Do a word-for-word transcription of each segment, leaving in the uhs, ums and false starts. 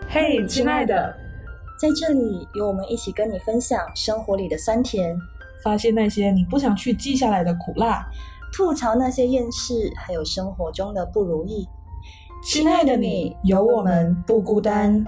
嘿，亲爱的， 在这里有我们一起跟你分享生活里的酸甜， 发现那些你不想去记下来的苦辣， 吐槽那些厌世，还有生活中的不如意。 亲爱的你，有我们不孤单。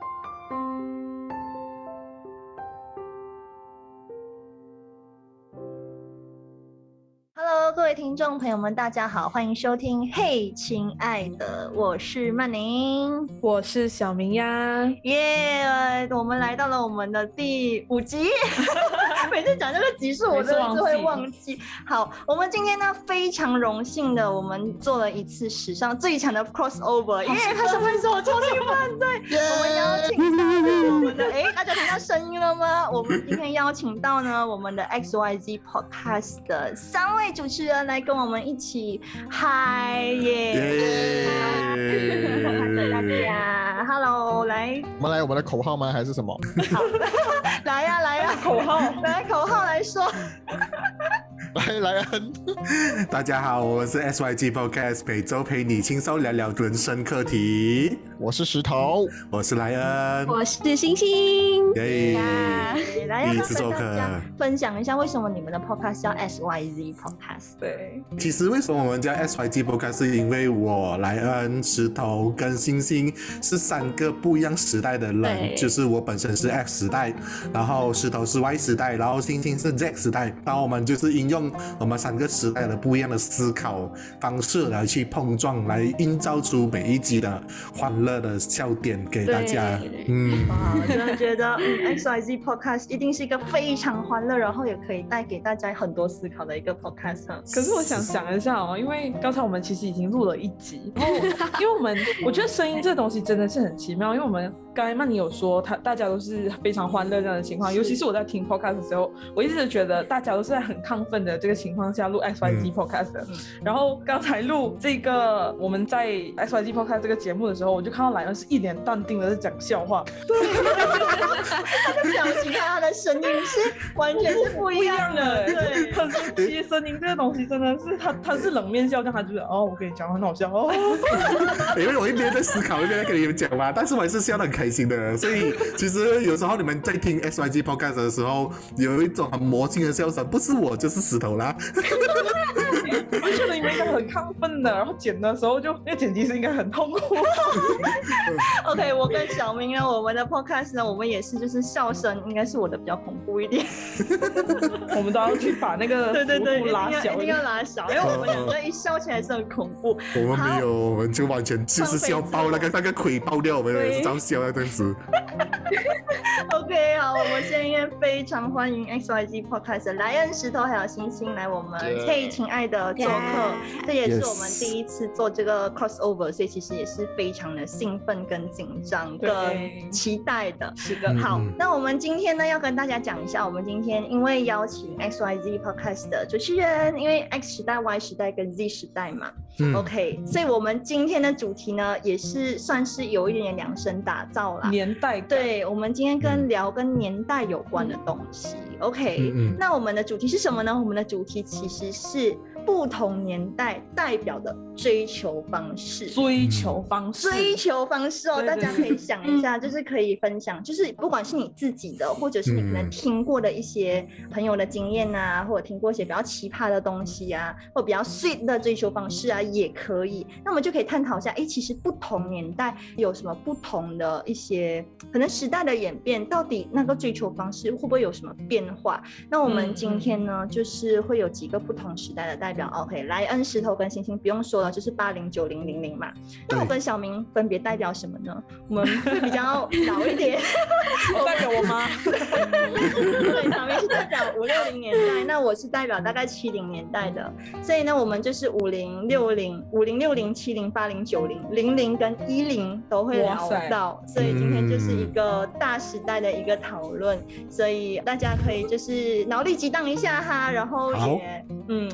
Hello， 各位听众朋友们，大家好，欢迎收听嘿，亲爱的，我是曼宁， 我是小明呀， 耶、yeah, 我们来到了我们的第五集。每次讲这个集数我真的是会忘记。好，我们今天呢非常荣幸的，我们做了一次史上最强的 crossover， 耶！拍手拍手，超兴奋！对， yeah! 我们邀请到我们的，哎，大家听到声音了吗？我们今天邀请到呢我们的 X Y Z Podcast 的三位主持人来跟我们一起嗨耶！大家 ，Hello， 来， 我们来我们的口号吗？还是什么？ 好，来呀、啊、来呀、啊， 口号， 来口号来说。 来来恩， 大家好，我是 S Y G Podcast， 每周陪你轻松聊聊人生课题。 我是石头， 我是莱恩， 我是星星。 耶、 yeah, 来， 第一次做客， 分享一下为什么你们的 podcast 叫 S Y Z Podcast？ 对， 其实为什么我们叫 S Y G Podcast， 是因为我、莱恩、石头跟星星是三个不一样时代的人，就是我本身是 X 时代，然后石头是 Y 时代，然后星星是 Z 时代，然后我们就是应用我们三个时代的不一样的思考方式来去碰撞，来营造出每一集的欢乐的笑点给大家。 嗯，哇，我真的觉得、嗯、X Y Z Podcast 一定是一个非常欢乐，然后也可以带给大家很多思考的一个 podcast。 可是我想讲一下哦，因为刚才我们其实已经录了一集，然后因为我们我觉得声音这东西真的是很奇妙，因为我们刚才曼妮有说，他大家都是非常欢乐这样的情况，尤其是我在听 podcast 的时候，我一直觉得大家都是在很亢奋的这个情况下录 X Y Z Podcast 的、嗯、然后刚才录这个我们在 X Y Z Podcast 这个节目的时候，我就看到莱恩是一脸淡定的在讲笑话，对， 他的表情和他的声音是完全是不一样的，对， 很神奇，声音这个东西真的是他他是冷面笑，但他就是哦，我跟你讲很好笑哦， 因为我一边在思考一边在跟你们讲嘛，但是我还是笑得很开心的，所以其实有时候你们在听 X Y Z Podcast 的时候，有一种很魔性的笑声，不是我就是石头啦。 我觉得你们应该很亢奋的，然后剪的时候就那剪辑师应该很痛苦。 OK， 我跟小明呢，我们的 podcast 呢，我们也是就是笑声应该是我的比较恐怖一点。 我们都要去把那个对对对拉小， 一定要拉小，因为我们两个一笑起来是很恐怖。 我们没有，我们就完全就是笑爆那个那个盔爆掉，我们也是照笑那阵子。 OK， 好，我们今天非常欢迎 X Y Z Podcast 的莱恩、石头还有星星来我们嘿，亲爱的做客， yeah. 这也是我们第一次做这个 crossover， 所以其实也是非常的兴奋跟紧张跟期待的。 是的， 好，嗯、那我们今天呢要跟大家讲一下，我们今天因为邀请 X Y Z Podcast 的主持人，因为 X 时代、Y 时代跟 Z 时代嘛、嗯、，OK， 所以我们今天的主题呢也是算是有一点点量身打造啦， 年代感， 对，我们今天跟聊跟年代有关的东西、嗯、，OK，、嗯、那我们的主题是什么呢？我们的主题其实是不同年代代表的追求方式， 追求方式， 追求方式哦，大家可以想一下，就是可以分享，就是不管是你自己的，或者是你可能听过的一些朋友的经验啊，或者听过一些比较奇葩的东西啊，或比较 sweet 的追求方式啊，也可以。那我们就可以探讨一下，哎，其实不同年代有什么不同的一些可能时代的演变，到底那个追求方式会不会有什么变化？那我们今天呢，就是会有几个不同时代的代表。OK， 莱恩、石头跟星星不用说了，就是八零、九零、零零嘛。那我跟小明分别代表什么呢？我们会比较老一点。 我代表我妈。 对，小明是代表五六零年代，那我是代表大概七零年代的。所以呢，我们就是五零、六零、五零、六零、七零、八零、九零、零零跟一零都会聊到。所以今天就是一个大时代的一个讨论，所以大家可以就是脑力激荡一下哈，然后也嗯可以。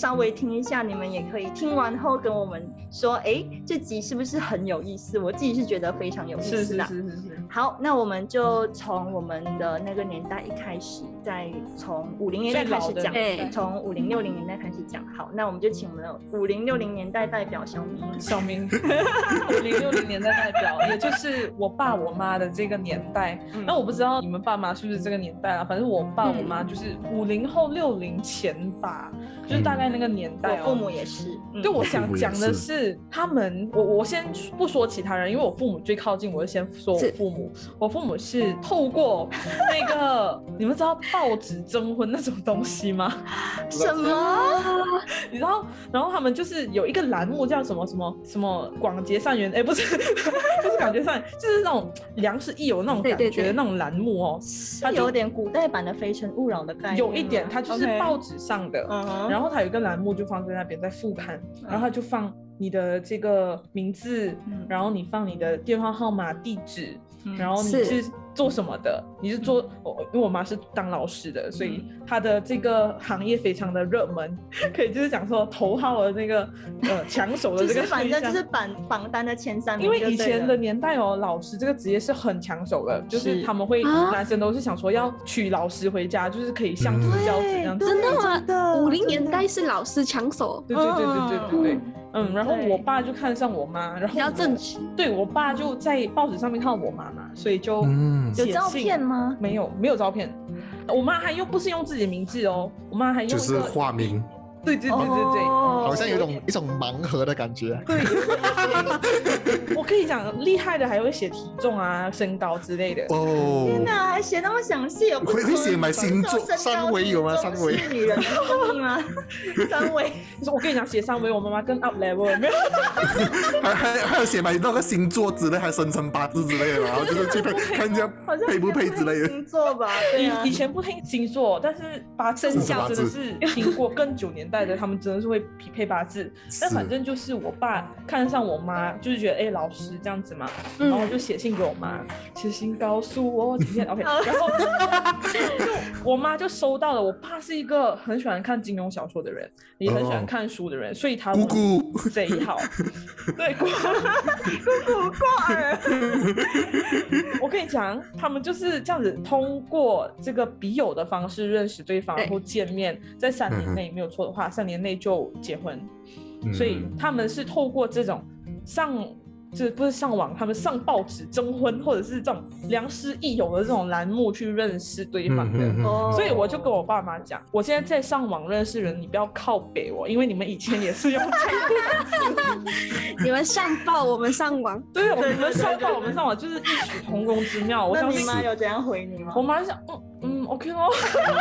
稍微听一下，你们也可以听完后跟我们说，哎，这集是不是很有意思？我自己是觉得非常有意思的。 是是是是是。 好，那我们就从我们的那个年代一开始，再从五零年代开始讲，从五零六零年代开始讲。好，那我们就请我们的五零六零年代代表小明。 小明，五零六零年代代表，也就是我爸我妈的这个年代。嗯、那我不知道你们爸妈是不是这个年代啊？反正我爸我妈就是五零后六零前吧，嗯、就是大概那个年代、哦。 我父母也是。 对，我想讲的是他们，我我先不说其他人，因为我父母最靠近，我就先说我父母。我父母是透过那个，你们知道报纸征婚那种东西吗？ 什么？ 你知道？然后他们就是有一个栏目叫什么什么什么广结善缘，哎，不是，不是广结善缘，就是那种良师益友那种感觉的那种栏目哦。 它有点古代版的《非诚勿扰》的概念。 有一点，它就是报纸上的， okay. 然后它有一个栏目就放在那边在副刊，然后它就放你的这个名字，嗯、然后你放你的电话号码、地址。嗯、然后你是做什么的？你是做，因为我妈是当老师的，所以她的这个行业非常的热门，可以就是讲说头号的那个呃抢手的这个， 反正就是榜榜单的前三名。 因为以前的年代哦，老师这个职业是很抢手的，就是他们会、啊、男生都是想说要娶老师回家，就是可以相夫教子这样子。 真的吗？五零年代是老师抢手。 对对对对对对对。嗯，然后我爸就看上我妈，然后比较正直。 对，我爸就在报纸上面看到我妈妈，所以就有照片吗？ 没有，没有照片。我妈还又不是用自己的名字哦，我妈还用就是化名。 对对对对对， 哦、 好像有一种一种盲盒的感觉。 对，我可以讲厉害的还会写体重啊、身高之类的。 哦，天哪，还写那么详细， 会会写买星座、三围有吗？三围是女人的秘密吗？三围， 我跟你讲，写三围，我妈妈更 up level 没有。 还还还有写买那个星座之类，还生辰八字之类的，然后就是去看一下配不配之类的。 星座吧，对啊。 以前不听星座，但是八字真的是经过更久年代的，他们真的是会匹配八字。但反正就是我爸看上我妈，就是觉得哎、欸、老师这样子嘛， 嗯、 然后就写信给我妈，写信告诉我今天 OK， 然后就我妈就收到了。我爸是一个很喜欢看金庸小说的人，也很喜欢看书的人，哦、所以他姑姑贼好，对姑姑过儿。我跟你讲，他们就是这样子通过这个笔友的方式认识对方，然后见面，在三年内没有错的话，三年内就结婚。嗯、所以他们是透过这种上，就是不是上网，他们上报纸征婚，或者是这种良师益友的这种栏目去认识对方的。嗯嗯嗯、所以我就跟我爸妈讲，我现在在上网认识人，你不要靠北我，因为你们以前也是用这个。 你们上报，我们上网。 对，我们上报，我们上网，就是异曲同工之妙。我那你妈有怎样回你吗？ 我妈想，嗯嗯 ，OK 咯。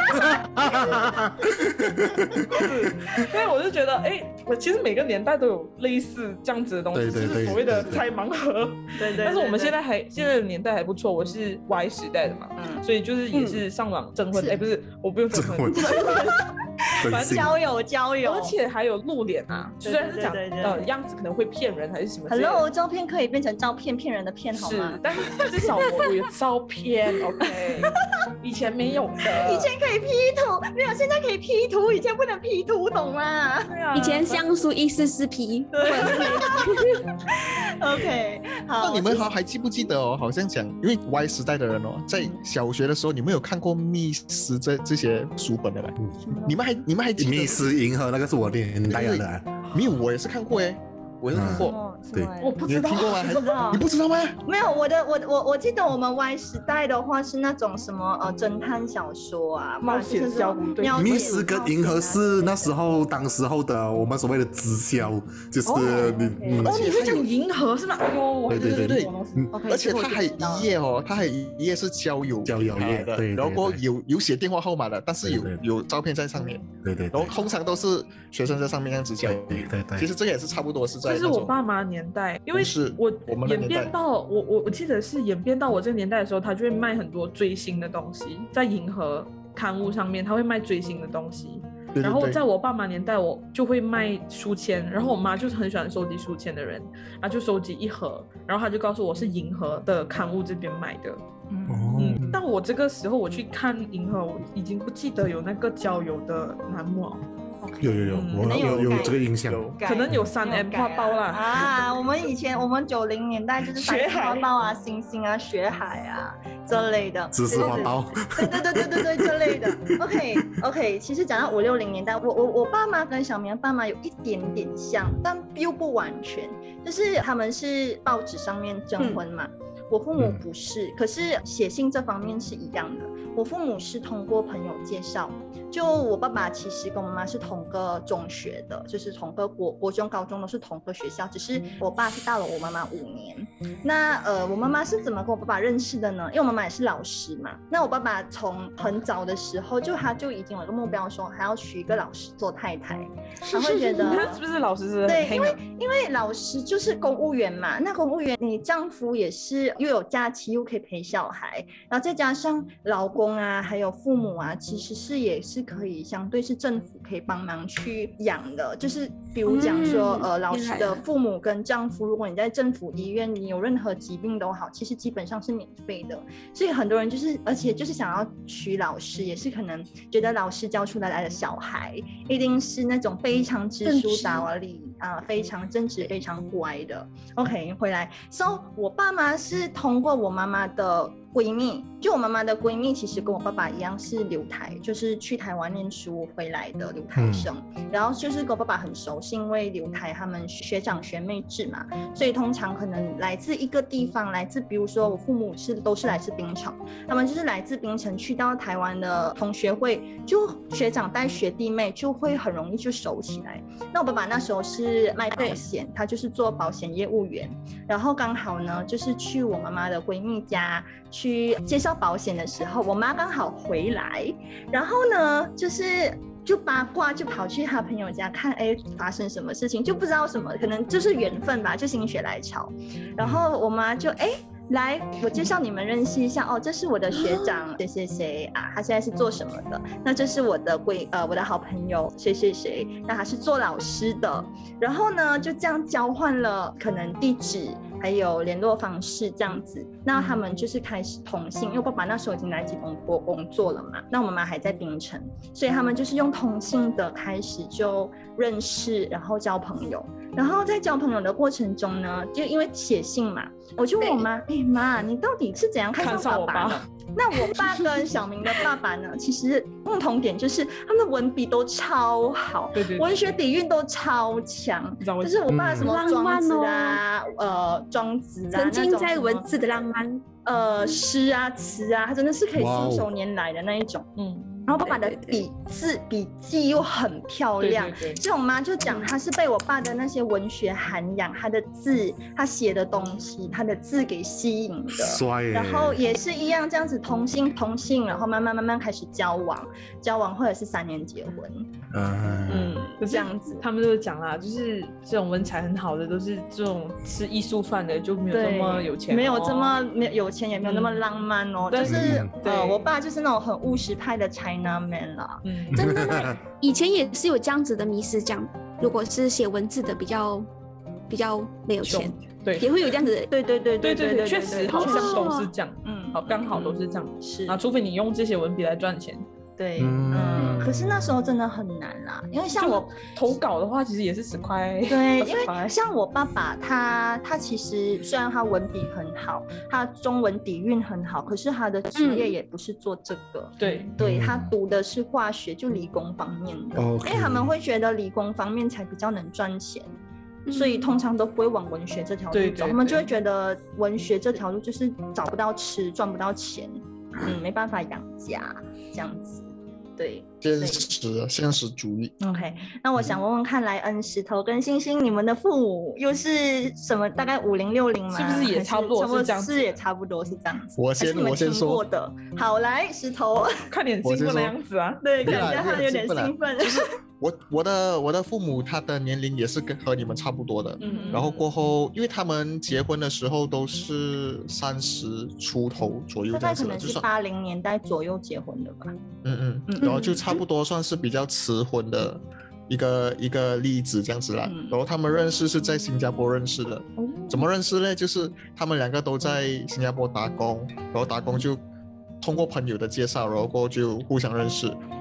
所以我就觉得，哎、欸，我其实每个年代都有类似这样子的东西， 对对对， 就是所谓的猜盲盒。 对 对, 对, 对。 但是我们现在还现在的年代还不错，我是 Y 时代的嘛，嗯、所以就是也是上网征婚，哎、嗯欸，不是，我不用征婚。 反正交友交友， 而且还有露脸啊，虽然是讲呃样子可能会骗人还是什么。 Hello， 照片可以变成照片骗人的骗好吗？ 是，但是至少我有照片 ，OK。以前没有的， 以前可以 P 图，没有，现在可以 P 图，以前不能 P 图，懂吗？ 对啊。 以前像素一四四 P。 对。OK， 好。 那你们好还记不记得哦？好像讲，因为 Y 时代的人哦，在小学的时候，你们有看过密室这这些书本的吗？你们还你们还记得密室银河那个是我年代的、啊， 没有，我也是看过哎，我也是看过。 嗯对， 我不知道， 你听过吗？ 不知道， 你不知道吗？ 没有，我的我我我记得我们 Y 时代的话是那种什么呃侦探小说啊， 冒险小虎队。 密室跟银河是那时候当时候的我们所谓的直销，就是你、 哦嗯、哦，你是讲银河是吗？哎呦， 对对对对， 嗯、 而且它还一页哦，它还一页是交友交友页的，对， 然后有有写电话号码的，但是有对对对有照片在上面， 对对， 然后通常都是学生在上面这样子交友， 对对对， 其实这个也是差不多是在， 这是我爸妈年代，因为我演变到我我我记得是演变到我这个年代的时候，他就会卖很多追星的东西，在银河刊物上面他会卖追星的东西。 对对对， 然后在我爸妈年代，我就会卖书签，然后我妈就是很喜欢收集书签的人，然后就收集一盒，然后他就告诉我是银河的刊物这边买的。嗯，嗯但我这个时候我去看银河，我已经不记得有那个交友的栏目了。 有有有， 嗯我可能有有有改这个印象。 有可能有三 M 花苞啦啊！我们以前我们九零年代就是三雪 M 海花苞啊、星星啊、雪海啊这类的， 芝士花苞， 对对对对对对这类的。OK OK， 其实讲到五六零年代，我我我爸妈跟小明的爸妈有一点点像，但又不完全，就是他们是报纸上面征婚嘛。嗯我父母不是，可是写信这方面是一样的。我父母是通过朋友介绍，就我爸爸其实跟我妈妈是同个中学的，就是同个国国中、高中都是同个学校，只是我爸是大了我妈妈五年。那呃，我妈妈是怎么跟我爸爸认识的呢？因为我妈妈也是老师嘛。那我爸爸从很早的时候就他就已经有一个目标，说还要娶一个老师做太太，他会觉得是不是老师是对， 黑马？ 因为因为老师就是公务员嘛，那公务员你丈夫也是又有假期又可以陪小孩，然后再加上老公啊，还有父母啊，其实是也是可以相对是政府可以帮忙去养的，就是比如讲说、嗯、呃老师的父母跟丈夫，如果你在政府医院你有任何疾病都好，其实基本上是免费的，所以很多人就是而且就是想要娶老师，也是可能觉得老师教出来的小孩一定是那种非常知书达理啊、呃，非常正直非常乖的。 OK 回来 So 我爸妈是通过我妈妈的闺蜜，就我妈妈的闺蜜其实跟我爸爸一样是留台，就是去台湾念书回来的留台生、嗯、然后就是跟我爸爸很熟，是因为留台他们学长学妹制嘛，所以通常可能来自一个地方，来自比如说我父母是都是来自槟城，他们就是来自槟城去到台湾的同学会，就学长带学弟妹就会很容易就熟起来。那我爸爸那时候是卖保险，他就是做保险业务员，然后刚好呢就是去我妈妈的闺蜜家去介绍保险的时候，我妈刚好回来，然后呢就是就八卦就跑去他朋友家看，哎，发生什么事情，就不知道什么，可能就是缘分吧，就心血来潮，然后我妈就哎来，我介绍你们认识一下哦，这是我的学长谁谁谁啊，他现在是做什么的？那这是我的闺呃我的好朋友谁谁谁，那他是做老师的。然后呢，就这样交换了可能地址还有联络方式这样子。那他们就是开始通信，因为爸爸那时候已经来吉隆坡工作了嘛，那我妈妈还在槟城，所以他们就是用通信的开始就认识，然后交朋友。然后在交朋友的过程中呢，就因为写信嘛，我就问我妈，哎妈，你到底是怎样看上爸爸的？那我爸跟小明的爸爸呢，其实共同点就是他们的文笔都超好， 对对对， 文学底蕴都超强，就是我爸什么庄子啊，嗯、呃庄子啊， 沉浸在文字的浪漫， 呃诗啊词啊，他真的是可以信手拈来的那一种，嗯。然后爸爸的笔字笔记又很漂亮，对对对，所以我妈就讲她是被我爸的那些文学涵养，他的字他写的东西他的字给吸引的， 帅耶。 然后也是一样这样子通信通信，然后慢慢慢慢开始交往，交往或者是三年结婚， 嗯， 这样子。 他们就讲啦，就是这种文采很好的都是这种吃艺术饭的，就没有这么有钱、哦， 没有这么没有有钱，也没有那么浪漫哦，嗯、就是、嗯、呃我爸就是那种很务实派的China Man 啦， 嗯，真的，以前也是有这样子的迷思，讲如果是写文字的比较比较没有钱， 对， 也会有这样子的， 对对对对对对， 确实好像都是这样，嗯，好，刚好都是这样， 是啊，除非你用这些文笔来赚钱。 对，嗯，可是那时候真的很难啦，因为像我投稿的话，其实也是十块。 对，因为像我爸爸他，他其实虽然他文笔很好，他中文底蕴很好，可是他的职业也不是做这个。嗯、 对， 对他读的是化学，就理工方面的， okay. 因为他们会觉得理工方面才比较能赚钱。所以通常都不会往文学这条路走， 对对对， 他们就会觉得文学这条路就是找不到吃，赚不到钱，嗯，没办法养家这样子。对， 现实现实主义。 OK， 那我想问问看，莱恩、石头跟星星，你们的父母又是什么？大概五零六零吗？ 是不是也差不多是这样子？ 是也差不多是这样子。 我先我先说的。好，来石头， 看你很兴奋的样子啊！ 对，感觉他有点兴奋。 就是我我的我的父母，他的年龄也是跟和你们差不多的。嗯。然后过后，因为他们结婚的时候都是三十出头左右这样子的， 大概可能是八零年代左右结婚的吧。 嗯嗯嗯。然后就差不多算是比较迟婚的一个一个例子这样子啦。嗯、然后他们认识是在新加坡认识的。嗯、怎么认识呢？就是他们两个都在新加坡打工，然后打工就通过朋友的介绍，然后过后就互相认识。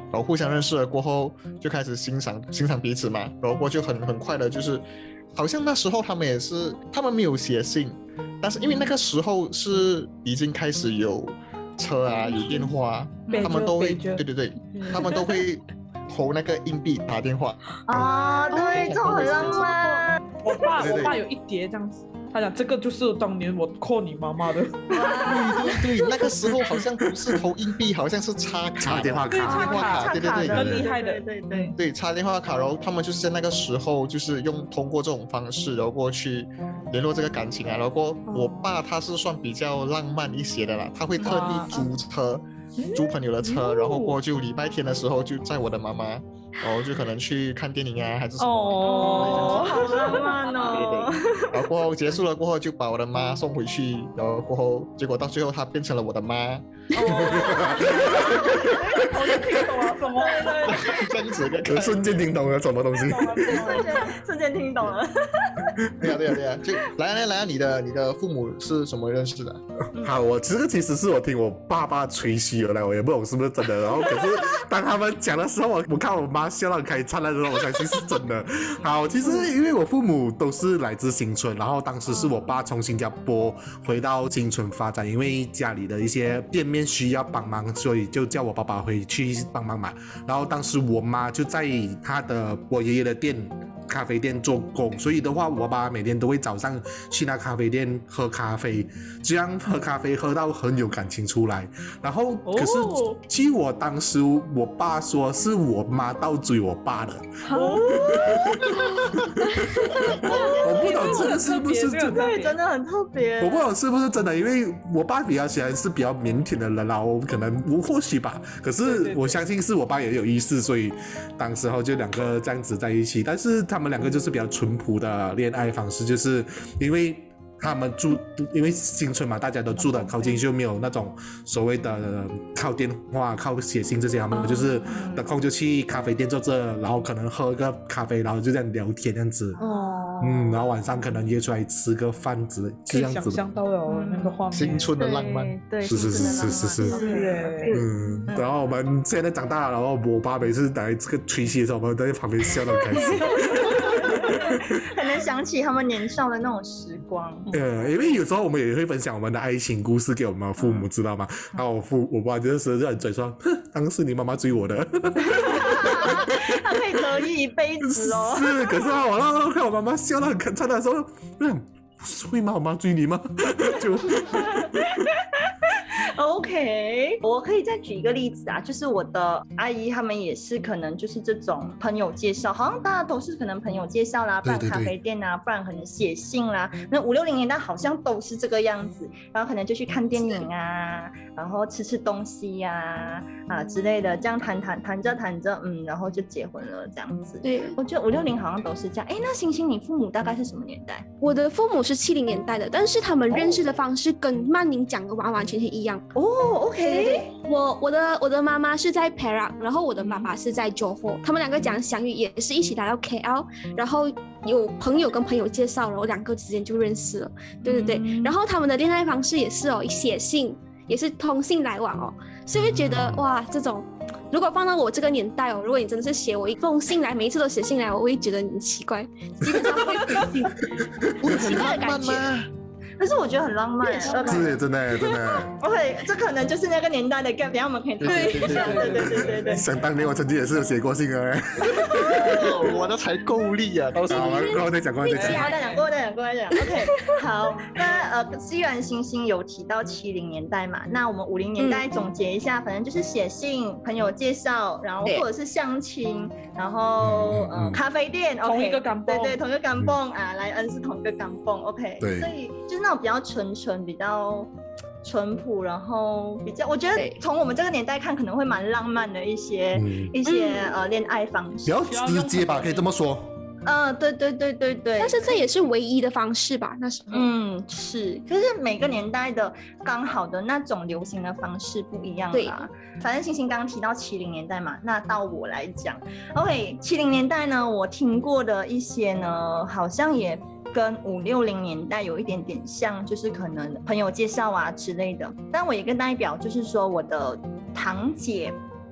然后互相认识了过后就开始欣赏欣赏彼此嘛，然后过后就很很快的就是好像那时候他们也是他们没有写信，但是因为那个时候是已经开始有车啊有电话，他们都会对对对他们都会投那个硬币打电话啊、哦，对，这种很浪漫。 我爸对对对我爸有一叠这样子，他讲这个就是当年我扣你妈妈的。 对对对，那个时候好像不是投硬币，好像是插卡插电话卡， 对插卡， 对对对， 更厉害的， 对对对对插电话卡，然后他们就是在那个时候就是用通过这种方式，然后过去联络这个感情啊。然后过我爸他是算比较浪漫一些的啦，他会特地租车。租朋友的车，然后过就礼拜天的时候就载我的妈妈，然后就可能去看电影啊，还是什么。 哦， 好浪漫哦。 对对。然后过后结束了过后就把我的妈送回去，然后过后结果到最后她变成了我的妈。 我就听懂了什么？ 这样子的个瞬间听懂了什么东西。 瞬间瞬间听懂了。 对呀对呀对呀，就来来来，你的你的父母是什么认识的？ 好，我这个其实是我听我爸爸吹嘘而来，我也不懂是不是真的。然后可是当他们讲的时候，我我看我妈笑到开灿烂的时候，我相信是真的。好，其实因为我父母都是来自新村，然后当时是我爸从新加坡回到新村发展，因为家里的一些店面需要帮忙，所以就叫我爸爸回去帮忙嘛。然后当时我妈就在他的我爷爷的店。咖啡店做工，所以的话，我爸每天都会早上去那咖啡店喝咖啡，这样喝咖啡喝到很有感情出来。然后，可是据我当时我爸说，是我妈倒追我爸的。 哦、 我不懂这个是不是真的？ 对，真的很特别。 我不懂是不是真的，因为我爸比较喜欢是比较腼腆的人啦，我可能我或许吧。可是我相信是我爸也有意思，所以当时候就两个这样子在一起，但是他。他们两个就是比较淳朴的恋爱方式，就是因为他们住，因为新村嘛，大家都住得靠近，就没有那种所谓的靠电话、靠写信这些，他们就是得空就去咖啡店坐着，然后可能喝个咖啡，然后就这样聊天这样子。哦，嗯，然后晚上可能约出来吃个饭子，这样子。 想象到了那个画面， 新村的浪漫。 对， 是是是是是是。嗯，然后我们现在长大了，然后我爸每次来这个吹嘘的时候，我们都在旁边笑得很开心。 可能想起他们年少的那种时光。 呃，因为有时候我们也会分享我们的爱情故事给我们父母知道吗？然后我父我爸就是就很嘴说，哼，当时你妈妈追我的。 他可以得意一辈子哦。 是，可是啊，我那时候看我妈妈笑得很可灿的时候，嗯，会吗？我妈追你吗？就。 OK， 我可以再举一个例子啊，就是我的阿姨他们也是可能就是这种朋友介绍，好像大家都是可能朋友介绍啦，不然咖啡店啊，不然可能写信啦，那五六零年代好像都是这个样子，然后可能就去看电影啊，然后吃吃东西呀 啊, 啊之类的，这样谈谈谈着谈着，嗯，然后就结婚了这样子。 对， 我觉得五六零好像都是这样。哎，那星星，你父母大概是什么年代？ 我的父母是七零年代的，但是他们认识的方式跟曼宁讲的完完全全一样。 哦 ，OK， 对对对，我我的我的妈妈是在 Perak， 然后我的爸爸是在 Johor， 他们两个讲相遇也是一起来到 K L， 然后有朋友跟朋友介绍，然后两个之间就认识了，对对对，嗯、然后他们的恋爱方式也是哦，写信也是通信来往哦，所以会觉得哇，这种如果放到我这个年代哦，如果你真的是写我一封信来，每一次都写信来，我会觉得你奇怪，基本上会回信，很奇怪的感觉。 可是我觉得很浪漫， 是真的真的。 OK， 这可能就是那个年代的 gap， 等下我们可以讨论一下。对对对对对。 想当年我曾经也是有写过信的。 我的才够力啊！到时候我们过后再讲，过后再讲。 过后再讲，过后再讲，过后再讲。OK， 好，那呃，既然星星有提到七零年代嘛，那我们五零年代总结一下，反正就是写信、朋友介绍，然后或者是相亲，然后呃咖啡店， 同一个港蹦， 对对，同一个港蹦啊，莱恩是同一个港蹦 ，OK， 对， 所以就是那种比较纯纯、比较淳朴，然后比较，我觉得从我们这个年代看，可能会蛮浪漫的一些、嗯、一些呃恋爱方式， 比较直接吧，可以这么说。 嗯，对对对对对， 但是这也是唯一的方式吧？那时候， 嗯，是，可是每个年代的刚好的那种流行的方式不一样啦。反正星星刚刚提到七零年代嘛，那到我来讲 ，OK， 七零年代呢，我听过的一些呢，好像也跟五六零年代有一点点像，就是可能朋友介绍啊之类的。但我也跟代表就是说，我的堂姐。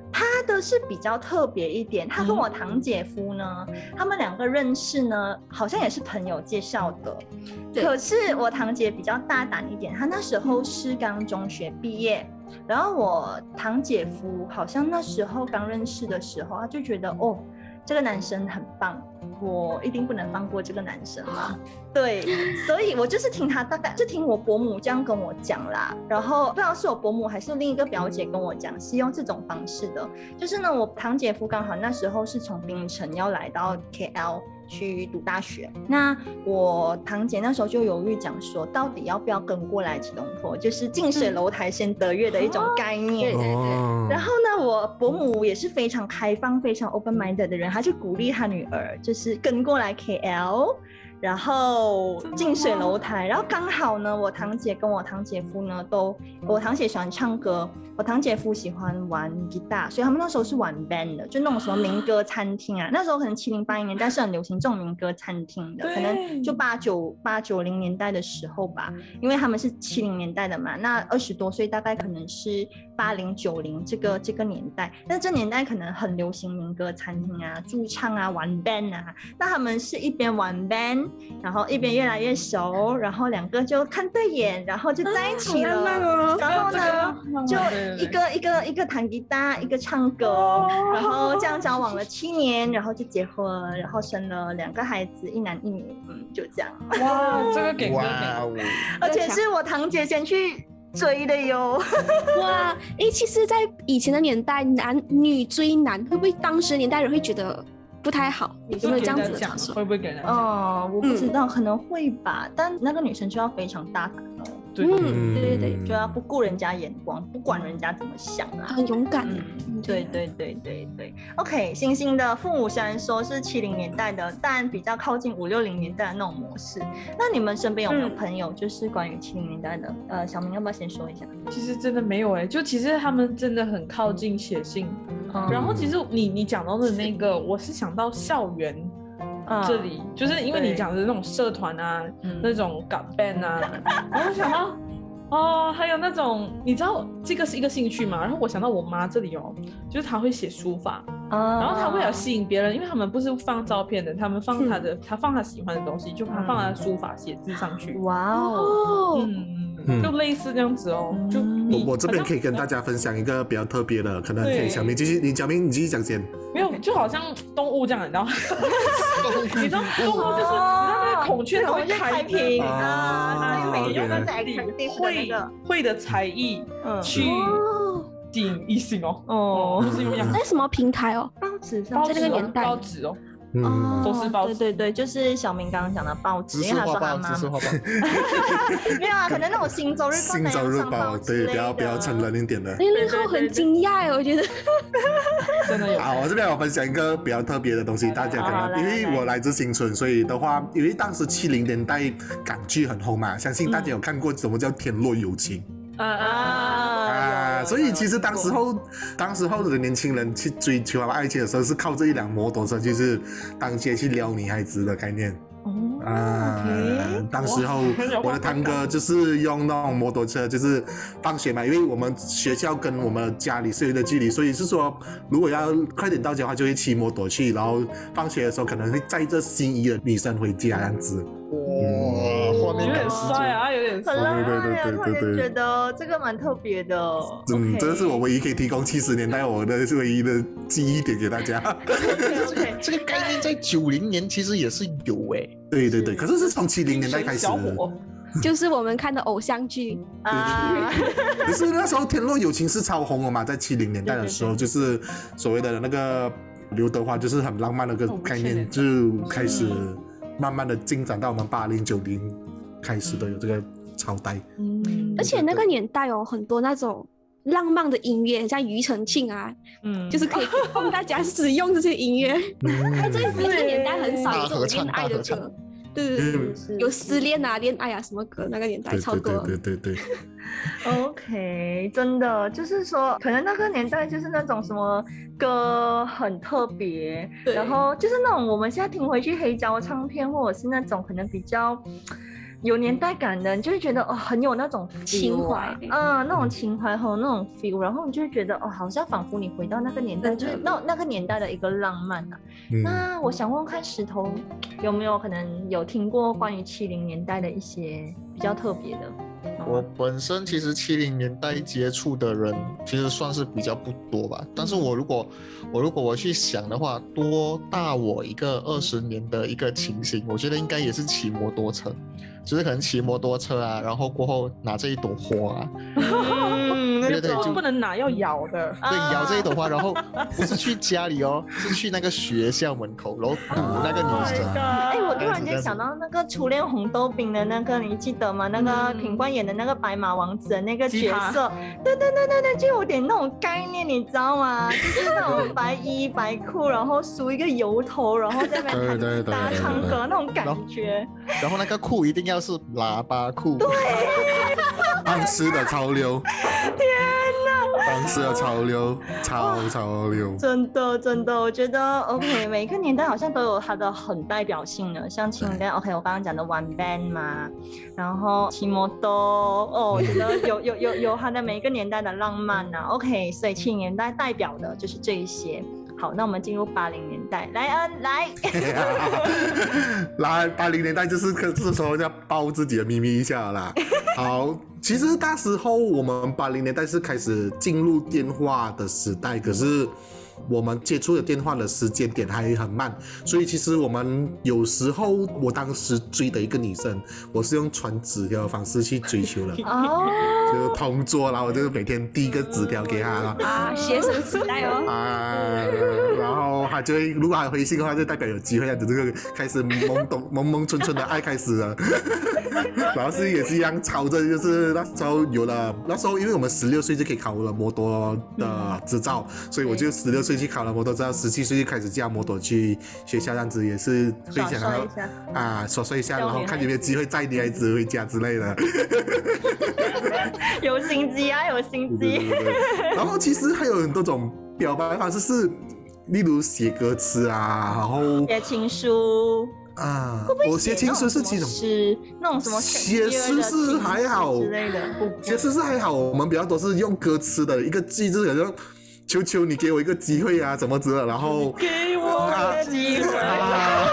他的是比较特别一点，他跟我堂姐夫呢，嗯、他们两个认识呢，好像也是朋友介绍的。可是我堂姐比较大胆一点，她那时候是刚中学毕业，然后我堂姐夫好像那时候刚认识的时候，他就觉得哦，这个男生很棒。我一定不能放过这个男生嘛，对，所以我就是听他大概是听我伯母这样跟我讲啦，然后不知道是我伯母还是另一个表姐跟我讲，是用这种方式的，就是呢，我堂姐夫刚好那时候是从槟城要来到 K L。去读大学，那我堂姐那时候就犹豫讲说，到底要不要跟过来吉隆坡，就是近水楼台先得月的一种概念。嗯哦、然后呢，我伯母也是非常开放、非常 open minded 的人，她就鼓励她女儿就是跟过来 K L。然后近水楼台，然后刚好呢，我堂姐跟我堂姐夫呢都，我堂姐喜欢唱歌，我堂姐夫喜欢玩吉他，所以他们那时候是玩 band 的，就那种什么民歌餐厅啊，那时候可能七零八零年代是很流行这种民歌餐厅的，可能就八九八九零年代的时候吧，因为他们是七零年代的嘛，那二十多岁大概可能是八零九零这个这个年代，但这年代可能很流行民歌餐厅啊，驻唱啊，玩 band 啊，那他们是一边玩 band。然后一边越来越熟，然后两个就看对眼，然后就在一起了。啊、然后呢，就一个一个一个弹吉他，一个唱歌，哦、然后这样交往了七年，然后就结婚，然后生了两个孩子，一男一女，嗯，就这样。 哇，这个给哇！ 而且是我堂姐先去追的哟。 哇，哎，其实，在以前的年代，男女追男，会不会当时年代人会觉得？不太好，有没有这样子的传说？ 会不会给人讲？ 哦，我不知道，嗯、可能会吧。但那个女生就要非常大胆哦。 对， 嗯，对对对， 就要不顾人家眼光，不管人家怎么想啊， 很勇敢。 嗯，对对对对对。OK， 星星的父母虽然说是七零年代的，但比较靠近五六零年代的那种模式。那你们身边有没有朋友就是关于七零年代的？呃，小明要不要先说一下？ 其实真的没有哎、欸，就其实他们真的很靠近写信。嗯、然后其实你你讲到的那个，我是想到校园这里，嗯、就是因为你讲的那种社团啊，那种搞 band 啊，然后我想到哦，还有那种你知道这个是一个兴趣嘛？然后我想到我妈这里哦，就是她会写书法，嗯、然后她为了吸引别人，因为他们不是放照片的，他们放她的，她放她喜欢的东西，就她放她的书法写字上去。 哇哦， 嗯。就类似这样子哦，嗯、就我我这边可以跟大家分享一个比较特别的，可能可以小明继续，你小明你继续讲先。 没有，就好像动物这样，你知道吗？你知道动物就是，你知道那个孔雀它会开屏啊， 所以每个人都在会会的才艺去吸引异性哦。哦，就是因为在什么平台哦？ 报纸上， 在那个年代， 报纸哦。 嗯， 都是报纸， 对对对，就是小明刚刚讲的报纸，因为他说他妈妈没有啊，可能那种新洲日报、 新洲日报，对，不要不要成人一点的。 那那时候很惊讶，我觉得真的有。 好，我这边我分享一个比较特别的东西，大家可能因为我来自新村，所以的话，因为当时七零年代港剧很红嘛，相信大家有看过什么叫《天若有情》。啊啊啊！所以其实当时候，当时候的年轻人去追求爱情的时候，是靠这一辆摩托车，就是当街去撩女孩子的概念。哦啊，当时候我的堂哥就是用那种摩托车，就是放学嘛，因为我们学校跟我们家里是有一个距离，所以是说如果要快点到家的话，就会骑摩托去，然后放学的时候可能会载着心仪的女生回家这样子。 哇，画面感十足啊，有点帅， 很厉害啊！ 对对对对， 觉得这个蛮特别的。 嗯，这是我唯一可以提供七十年代我的唯一的记忆点给大家。 这个概念在九零年其实也是有哎。 对对对，可是是从七零年代开始。 就是我们看的偶像剧啊， 可是那时候《天若有情》是超红了嘛，在七零年代的时候，就是所谓的那个刘德华，就是很浪漫的个概念，就开始慢慢的进展到我们八零九零开始的有这个朝代。 嗯，而且那个年代有很多那种浪漫的音乐，像庾澄庆啊，嗯，就是可以供大家使用这些音乐。那这这个年代很少有这种恋爱的歌。对对对，有失恋啊、恋爱啊什么歌，那个年代超多。 对对对对对。OK， 真的就是说，可能那个年代就是那种什么歌很特别，然后就是那种我们现在听回去黑胶唱片，或者是那种可能比较有年代感的，你就会觉得哦，很有那种 feel 啊情怀嗯，那种情怀和那种 feel，然后你就会觉得哦，好像仿佛你回到那个年代，就是那那个年代的一个浪漫啊。 嗯那我想问看石头有没有可能有听过关于七零年代的一些比较特别的？ 我本身其实七零年代接触的人其实算是比较不多吧，但是我如果我如果我去想的话，多大我一个二十年的一个情形，我觉得应该也是骑摩托车，就是可能骑摩托车啊，然后过后拿着一朵花啊， 嗯，那对对就个不能拿，要摇的。 对，摇这一朵花，然后不是去家里哦，是去那个学校门口，然后堵那个女生。 哎、我突然间想到那个《初恋红豆饼》的那个，你记得吗？那个品冠演的那个白马王子的那个角色，对对对对对，就有点那种概念，你知道吗？就是那种白衣白裤，然后梳一个油头，然后在那边弹吉他唱歌那种感觉。 然后那个裤一定要是喇叭裤。对， 当时的潮流。 天哪！ 当时的潮流，超潮流。 真的真的，我觉得 OK， 每一个年代好像都有它的很代表性的，像七零代 OK， 我刚刚讲的 One Band 嘛，然后骑摩托哦，我觉得有有有有它的每一个年代的浪漫呐、啊。OK， 所以七零年代代表的就是这一些。好，那我们进入八零年代，来恩来， 来八零年代就是这时候要爆自己的秘密一下啦。好，其实那时候我们八零年代是开始进入电话的时代，可是我们接触的电话的时间点还很慢，所以其实我们有时候，我当时追的一个女生，我是用传纸条的方式去追求的， 哦， 就同桌，然后我就每天递一个纸条给她啊，学生时代哦， 啊，然后她就会，如果她回信的话，就代表有机会，这样子这个开始懵懂懵懵春春的爱开始了。然后是也是一样抄着，就是那时候有了，那时候因为我们十六岁就可以考了摩托的执照，嗯、所以我就十六岁去考了摩托执照，十七岁就开始驾摩托去学校，这样子也是会想要啊耍帅一下，然后看有没有机会载女孩子回家之类的。 有心机啊，有心机。 对对对对，然后其实还有很多种表白方式是，例如写歌词啊，然后写情书。 啊， 会不会我写情书是其种诗，那种什么写诗是还好之类的， 写诗是还好，我们比较多是用歌词的一个句子，就求求你给我一个机会啊，怎么之类的，然后给我一个机会。啊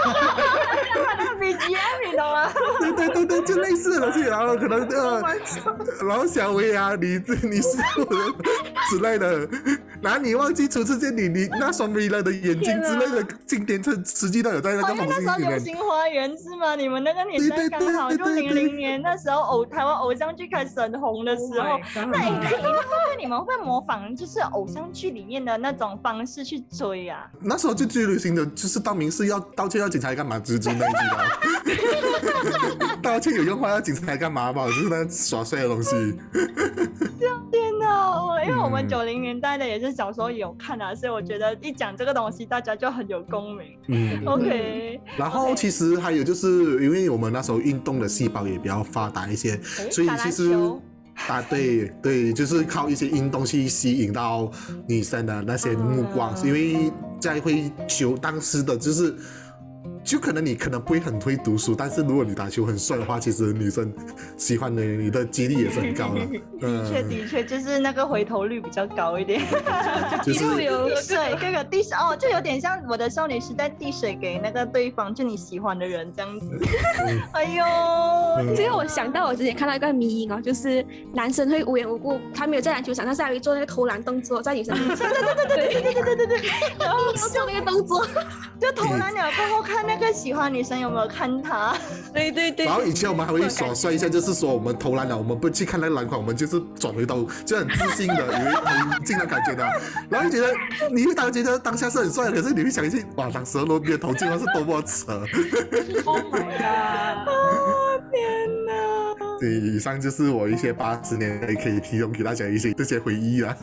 B G M 你懂吗？ 对对对对，就类似的东西，然后可能呃，然后小薇啊，你你是我的之类的，然后你忘记初次见你你那双迷人的眼睛之类的经典词词句都有在那个封信里面。那时候流星花园是吗？你们那个年代刚好就零零年那时候偶台湾偶像剧开始很红的时候，那那那会不会你们会不会模仿就是偶像剧里面的那种方式去追啊？ 那时候就最流行的就是道明寺要道歉要警察干嘛之之那一句的。道歉有用话要警察干嘛吧？就是那耍帅的东西。 天哪！因为我们九零年代的也是小时候有看啊，所以我觉得一讲这个东西，大家就很有共鸣。嗯 ，OK。 然后其实还有就是，因为我们那时候运动的细胞也比较发达一些，所以其实啊，对对，就是靠一些运动去吸引到女生的那些目光，嗯、因为在会球当时的就是。就可能你可能不会很会读书，但是如果你打球很帅的话，其实女生喜欢的你的几率也是很高的。 的确的确，就是那个回头率比较高一点。 就是递水，这个递水哦，就有点像我的少女时代递水给那个对方，就你喜欢的人这样子。哎呦， 这个我想到我之前看到一个迷因哦，就是男生会无缘无故，他没有在篮球场，但是他会做那个投篮动作，在女生面前。 对对对对对对对对对对，然后做那个动作， 就投篮了过后看那。那个喜欢女生有没有看他？对对对。 然后以前我们还会耍帅一下，就是说我们投篮了，我们不去看那个篮筐，我们就是转回头，就很自信的，有一很近的感觉的。然后就觉得你会当觉得当下是很帅的，可是你会想一下，哇，当时如果没有投进，那是多么扯。 Oh my god！ 哦天哪！ 对，以上就是我一些八十年代可以提供给大家一些这些回忆啊。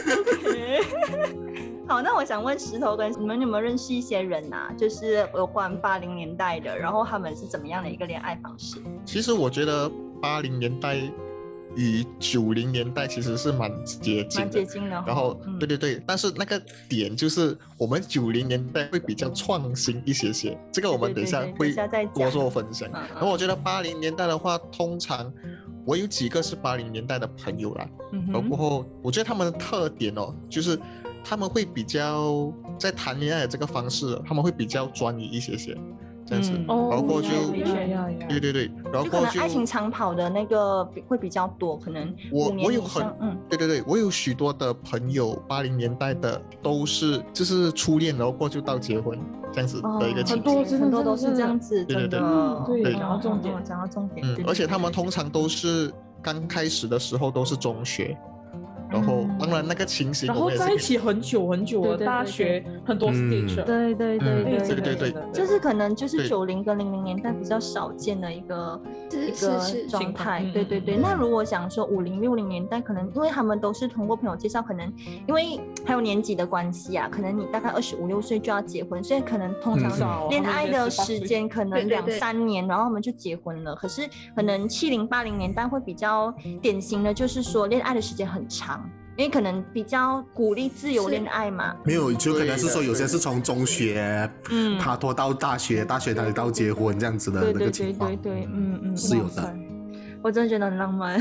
好，那我想问石头跟你们有没有认识一些人啊？就是有关八零年代的，然后他们是怎么样的一个恋爱方式？ 其实我觉得八零年代与九零年代其实是蛮接近的， 蛮接近的。 然后， 嗯、 对对对，但是那个点就是我们九零年代会比较创新一些些，这个我们等一下会多做分享。 对对对对然后我觉得八零年代的话，通常我有几个是八零年代的朋友啦， 嗯、 然后过后我觉得他们的特点哦，就是他们会比较在谈恋爱的这个方式，他们会比较专一一些些。这样子， 嗯、 然后过就， 对对对，然后就可能爱情长跑的那个会比较多，可能我我有很， 嗯，对对对，我有许多的朋友，八零年代的都是就是初恋，然后过就到结婚这样子的一个情形，哦、很多都是这样子， 对对对， 对， 对， 讲到重点， 讲到重点， 嗯，而且他们通常都是刚开始的时候都是中学。然后，当然那个情形， 然后在一起很久很久了，大学很多 stage， 对对对对对对对， 就是可能就是九零跟零零年代比较少见的一个一个状态，对对对。那如果想说五零六零年代，可能因为他们都是通过朋友介绍，可能因为还有年纪的关系啊，可能你大概二十五六岁就要结婚，所以可能通常恋爱的时间可能两三年，然后我们就结婚了。可是可能七零八零年代会比较典型的就是说恋爱的时间很长。因为可能比较鼓励自由恋爱嘛， 没有，就可能是说有些是从中学嗯爬拖到大学，大学才到结婚这样子的那个情况， 对对对对对，嗯嗯， 是有的。 我真的觉得很浪漫，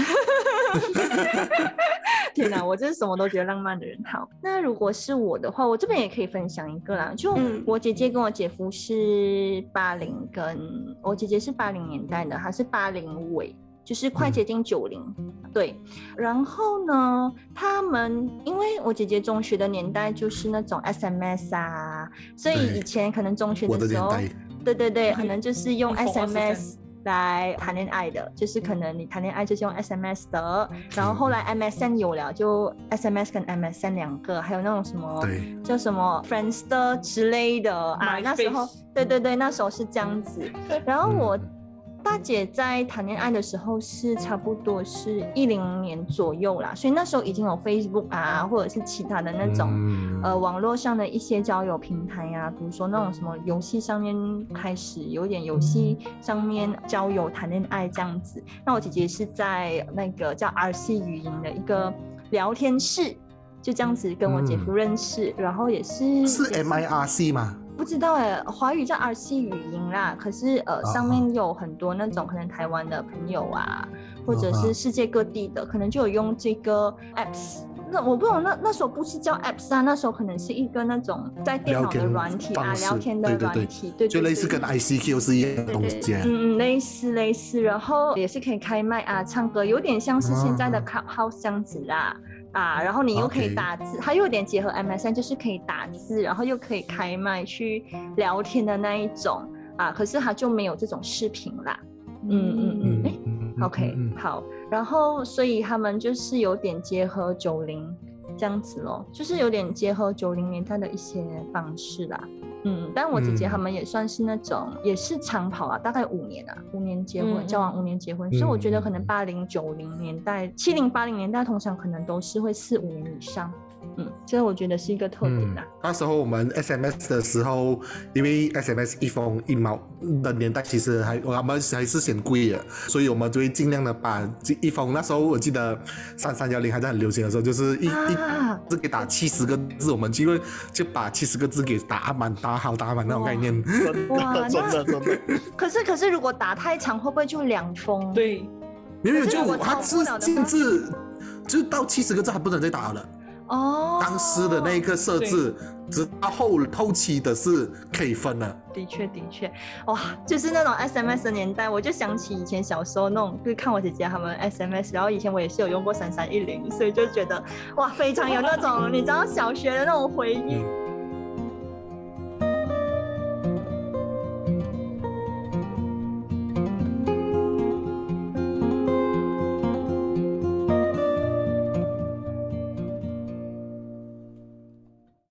天哪，我真是什么都觉得浪漫的人。好，那如果是我的话，我这边也可以分享一个啦，就我姐姐跟我姐夫是八零，跟我姐姐是八零年代的，她是八零尾。就是快接近九零、嗯，对。然后呢，他们因为我姐姐中学的年代就是那种 S M S 啊，所以以前可能中学的时候，对对对，可能就是用 S M S 来谈恋爱的，就是可能你谈恋爱就是用 S M S 的。然后后来 M S N 有了，就 S M S 跟 M S N 两个，还有那种什么叫什么 Friendster 之类的啊，那时候对对对，那时候是这样子。然后我。嗯大姐在谈恋爱的时候是差不多是一零年左右啦，所以那时候已经有 Facebook 啊，或者是其他的那种、嗯、呃网络上的一些交友平台啊，比如说那种什么游戏上面开始有点游戏上面交友谈恋爱这样子。那我姐姐是在那个叫 R C 语音的一个聊天室，就这样子跟我姐夫认识，嗯、然后也是是 M I R C 吗？ 不知道哎，华语叫 R C 语音啦，可是呃、oh. 上面有很多那种可能台湾的朋友啊，或者是世界各地的， oh. 可能就有用这个 apps。那我不懂，那那时候不是叫 apps 啊，那时候可能是一个那种在电脑的软体啊，聊天的软体，对对对， 就类似跟 I C Q 是一样的东西、啊。 嗯嗯，类似类似，然后也是可以开麦啊，唱歌，有点像是现在的 Clubhouse 这样子啦。Oh.啊，然后你又可以打字， okay. 它又有点结合 M S N， 就是可以打字，然后又可以开麦去聊天的那一种啊。可是它就没有这种视频啦。嗯嗯嗯，哎、欸、，OK，、嗯、好。然后所以他们就是有点结合九零这样子咯，就是有点结合九零年代的一些方式啦。嗯，但我姐姐他们也算是那种、嗯、也是长跑啊，大概五年啊，五年结婚，嗯、交往五年结婚，所以我觉得可能八零九零年代、七零八零年代通常可能都是会四五年以上。嗯，这我觉得是一个特点啦、嗯。 那时候我们 S M S 的时候，因为 S M S 一封一毛的年代，其实还我们还是嫌贵的，所以我们就会尽量的把一封。那时候我记得三三幺零还在很流行的时候，就是一、啊、一字给打七十个字，我们就会就把七十个字给打满、打好、打满那种概念。 哇，真的真的。 可是可是如果打太长，会不会就两封？ 对， 没有就它是限制，就到七十个字还不能再打了。 哦， 当时的那一个设置，直到后后期的是可以分了。 的确的确，哇，就是那种 S M S 的年代，我就想起以前小时候那种，就是看我姐姐他们 S M S， 然后以前我也是有用过三三一零，所以就觉得哇，非常有那种你知道小学的那种回忆。嗯